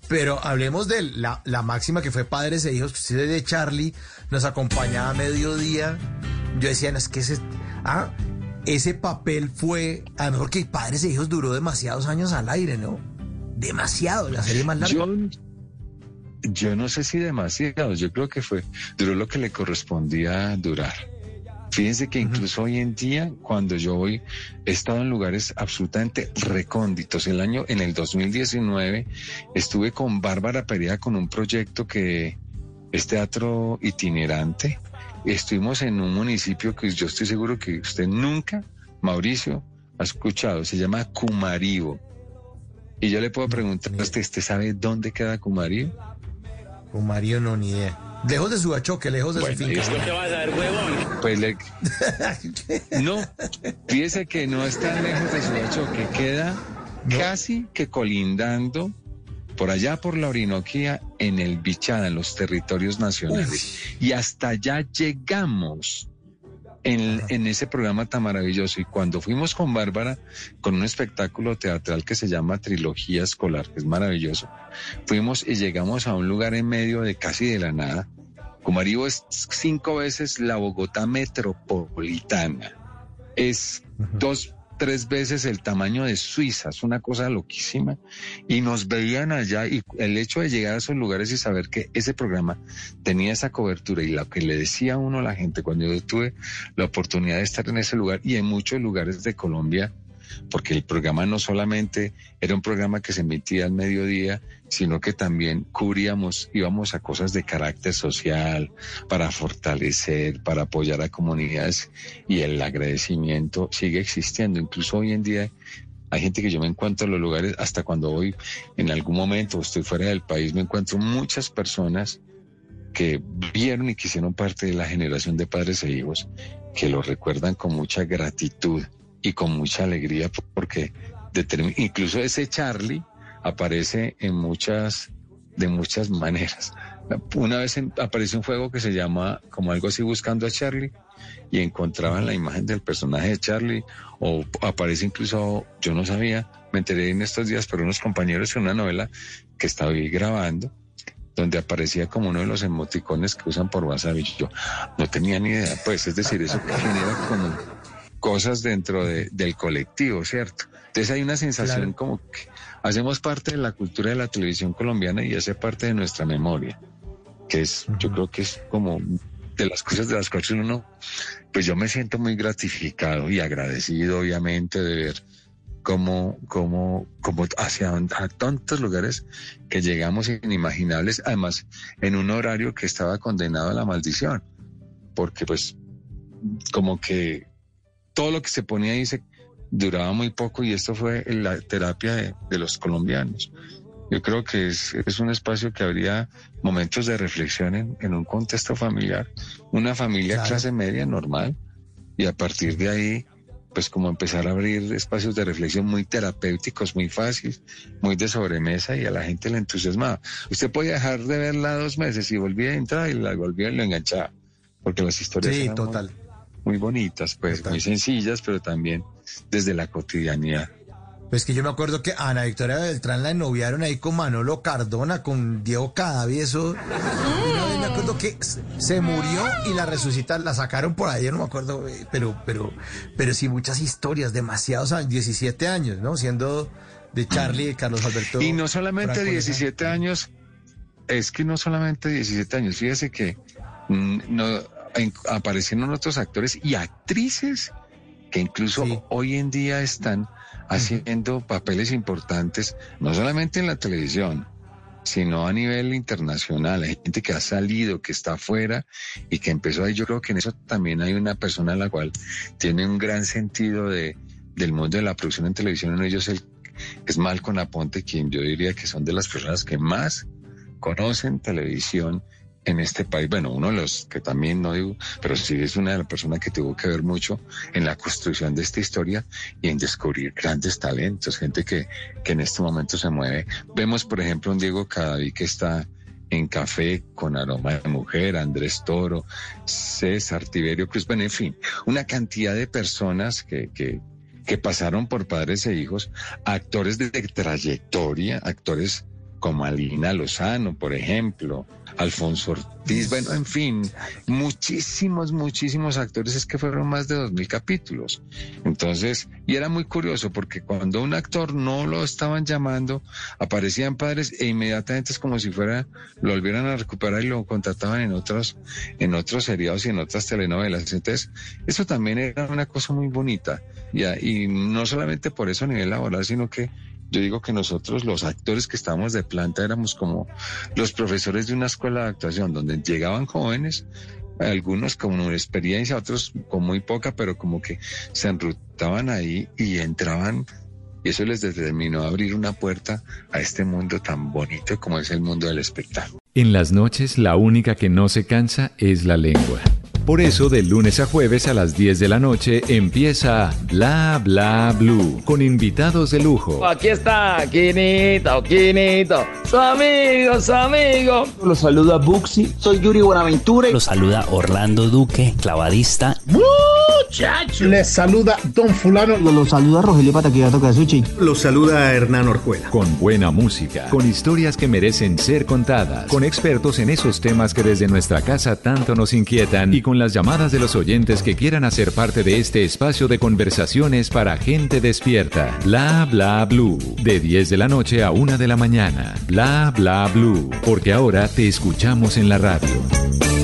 Pero hablemos de la máxima que fue Padres e Hijos, que usted de Charlie nos acompañaba a mediodía. Yo decía, no, es que ese papel fue, a lo mejor que Padres e Hijos duró demasiados años al aire, ¿no? Demasiado, la serie más larga. Yo no sé si demasiado, yo creo que duró lo que le correspondía durar. Fíjense que incluso hoy en día, cuando yo voy, he estado en lugares absolutamente recónditos. En el 2019, estuve con Bárbara Perea con un proyecto que es teatro itinerante. Estuvimos en un municipio que yo estoy seguro que usted nunca, Mauricio, ha escuchado. Se llama Cumarío. Y yo le puedo preguntar a ¿usted sabe dónde queda Cumarío? Cumarío no, ni idea. Lejos de Suachoque, lejos de su finca. ¿Esto qué vas a ver, huevón? Pues no, fíjese que no es tan lejos de Suachoque, queda casi que colindando por allá por la Orinoquía, en el Bichada, en los territorios nacionales. Y hasta allá llegamos en ese programa tan maravilloso. Y cuando fuimos con Bárbara, con un espectáculo teatral que se llama Trilogía Escolar, que es maravilloso, fuimos y llegamos a un lugar en medio de casi de la nada. Cumarío es 5 veces la Bogotá metropolitana. Es 2-3 veces el tamaño de Suiza. Es una cosa loquísima. Y nos veían allá, y el hecho de llegar a esos lugares y saber que ese programa tenía esa cobertura, y lo que le decía a uno a la gente cuando yo tuve la oportunidad de estar en ese lugar y en muchos lugares de Colombia, porque el programa no solamente era un programa que se emitía al mediodía, sino que también íbamos a cosas de carácter social, para fortalecer, para apoyar a comunidades, y el agradecimiento sigue existiendo. Incluso hoy en día hay gente que yo me encuentro en los lugares, hasta cuando voy en algún momento, estoy fuera del país, me encuentro muchas personas que vieron y que hicieron parte de la generación de Padres e Hijos, que lo recuerdan con mucha gratitud y con mucha alegría, porque incluso ese Charlie aparece de muchas maneras. Una vez apareció un juego que se llama como algo así, Buscando a Charlie, y encontraban la imagen del personaje de Charlie, o aparece incluso, yo no sabía, me enteré en estos días por unos compañeros en una novela que estaba ahí grabando, donde aparecía como uno de los emoticones que usan por WhatsApp, y yo no tenía ni idea, pues, es decir, eso que genera como cosas dentro del colectivo, ¿cierto? Entonces hay una sensación como que hacemos parte de la cultura de la televisión colombiana y hace parte de nuestra memoria, que es, yo creo que es como de las cosas de las cuales uno, pues yo me siento muy gratificado y agradecido, obviamente, de ver cómo a tantos lugares que llegamos inimaginables, además en un horario que estaba condenado a la maldición, porque pues como que todo lo que se ponía ahí duraba muy poco, y esto fue la terapia de los colombianos. Yo creo que es un espacio que habría momentos de reflexión en un contexto familiar, una familia clase media normal, y a partir de ahí, pues como empezar a abrir espacios de reflexión muy terapéuticos, muy fáciles, muy de sobremesa, y a la gente le entusiasmaba. Usted podía dejar de verla 2 meses y volvía a entrar y la volvía y lo enganchaba, porque las historias eran muy bonitas, pues muy sencillas, pero también desde la cotidianidad. Pues que yo me acuerdo que a Ana Victoria Beltrán la ennoviaron ahí con Manolo Cardona, con Diego Cadavid, eso. Una vez me acuerdo que se murió y la resucitaron, la sacaron por ahí, no me acuerdo, pero sí muchas historias, demasiados años, 17 años, ¿no? Siendo de Charlie, de Carlos Alberto. Y no solamente 17 años, es que no solamente 17 años, fíjese que aparecieron otros actores y actrices que incluso hoy en día están haciendo papeles importantes, no solamente en la televisión, sino a nivel internacional. Hay gente que ha salido, que está afuera y que empezó ahí. Yo creo que en eso también hay una persona a la cual tiene un gran sentido del mundo de la producción en televisión. Uno de ellos es Malcolm Aponte, quien yo diría que son de las personas que más conocen televisión en este país. Bueno, uno de los que también no digo, pero sí es una de las personas que tuvo que ver mucho en la construcción de esta historia y en descubrir grandes talentos, gente que en este momento se mueve. Vemos, por ejemplo, un Diego Cadavid que está en Café con Aroma de Mujer, Andrés Toro, César Tiberio Cruz, bueno, en fin, una cantidad de personas que pasaron por Padres e Hijos, actores de trayectoria, actores como Alina Lozano, por ejemplo, Alfonso Ortiz, bueno, en fin, muchísimos actores, es que fueron más de 2.000 capítulos. Entonces, y era muy curioso porque cuando un actor no lo estaban llamando, aparecían padres e inmediatamente es como si fuera, lo volvieran a recuperar y lo contrataban en otros seriados y en otras telenovelas. Entonces, eso también era una cosa muy bonita. Y no solamente por eso a nivel laboral, sino que yo digo que nosotros, los actores que estábamos de planta, éramos como los profesores de una escuela de actuación, donde llegaban jóvenes, algunos con una experiencia, otros con muy poca, pero como que se enrutaban ahí y entraban, y eso les determinó abrir una puerta a este mundo tan bonito como es el mundo del espectáculo. En las noches, la única que no se cansa es la lengua. Por eso, de lunes a jueves a las 10 de la noche empieza Bla Bla Blue, con invitados de lujo. Aquí está, Quinito, su amigo. Los saluda Buxi, soy Yuri Buenaventura. Los saluda Orlando Duque, clavadista. Muchacho. Les saluda Don Fulano. Los saluda Rogelio Pataquillato Casuchi. Los saluda Hernán Orjuela. Con buena música, con historias que merecen ser contadas, con expertos en esos temas que desde nuestra casa tanto nos inquietan y con las llamadas de los oyentes que quieran hacer parte de este espacio de conversaciones para gente despierta. Bla Bla Blue, de 10 de la noche a 1 de la mañana. Bla Bla Blue, porque ahora te escuchamos en la radio.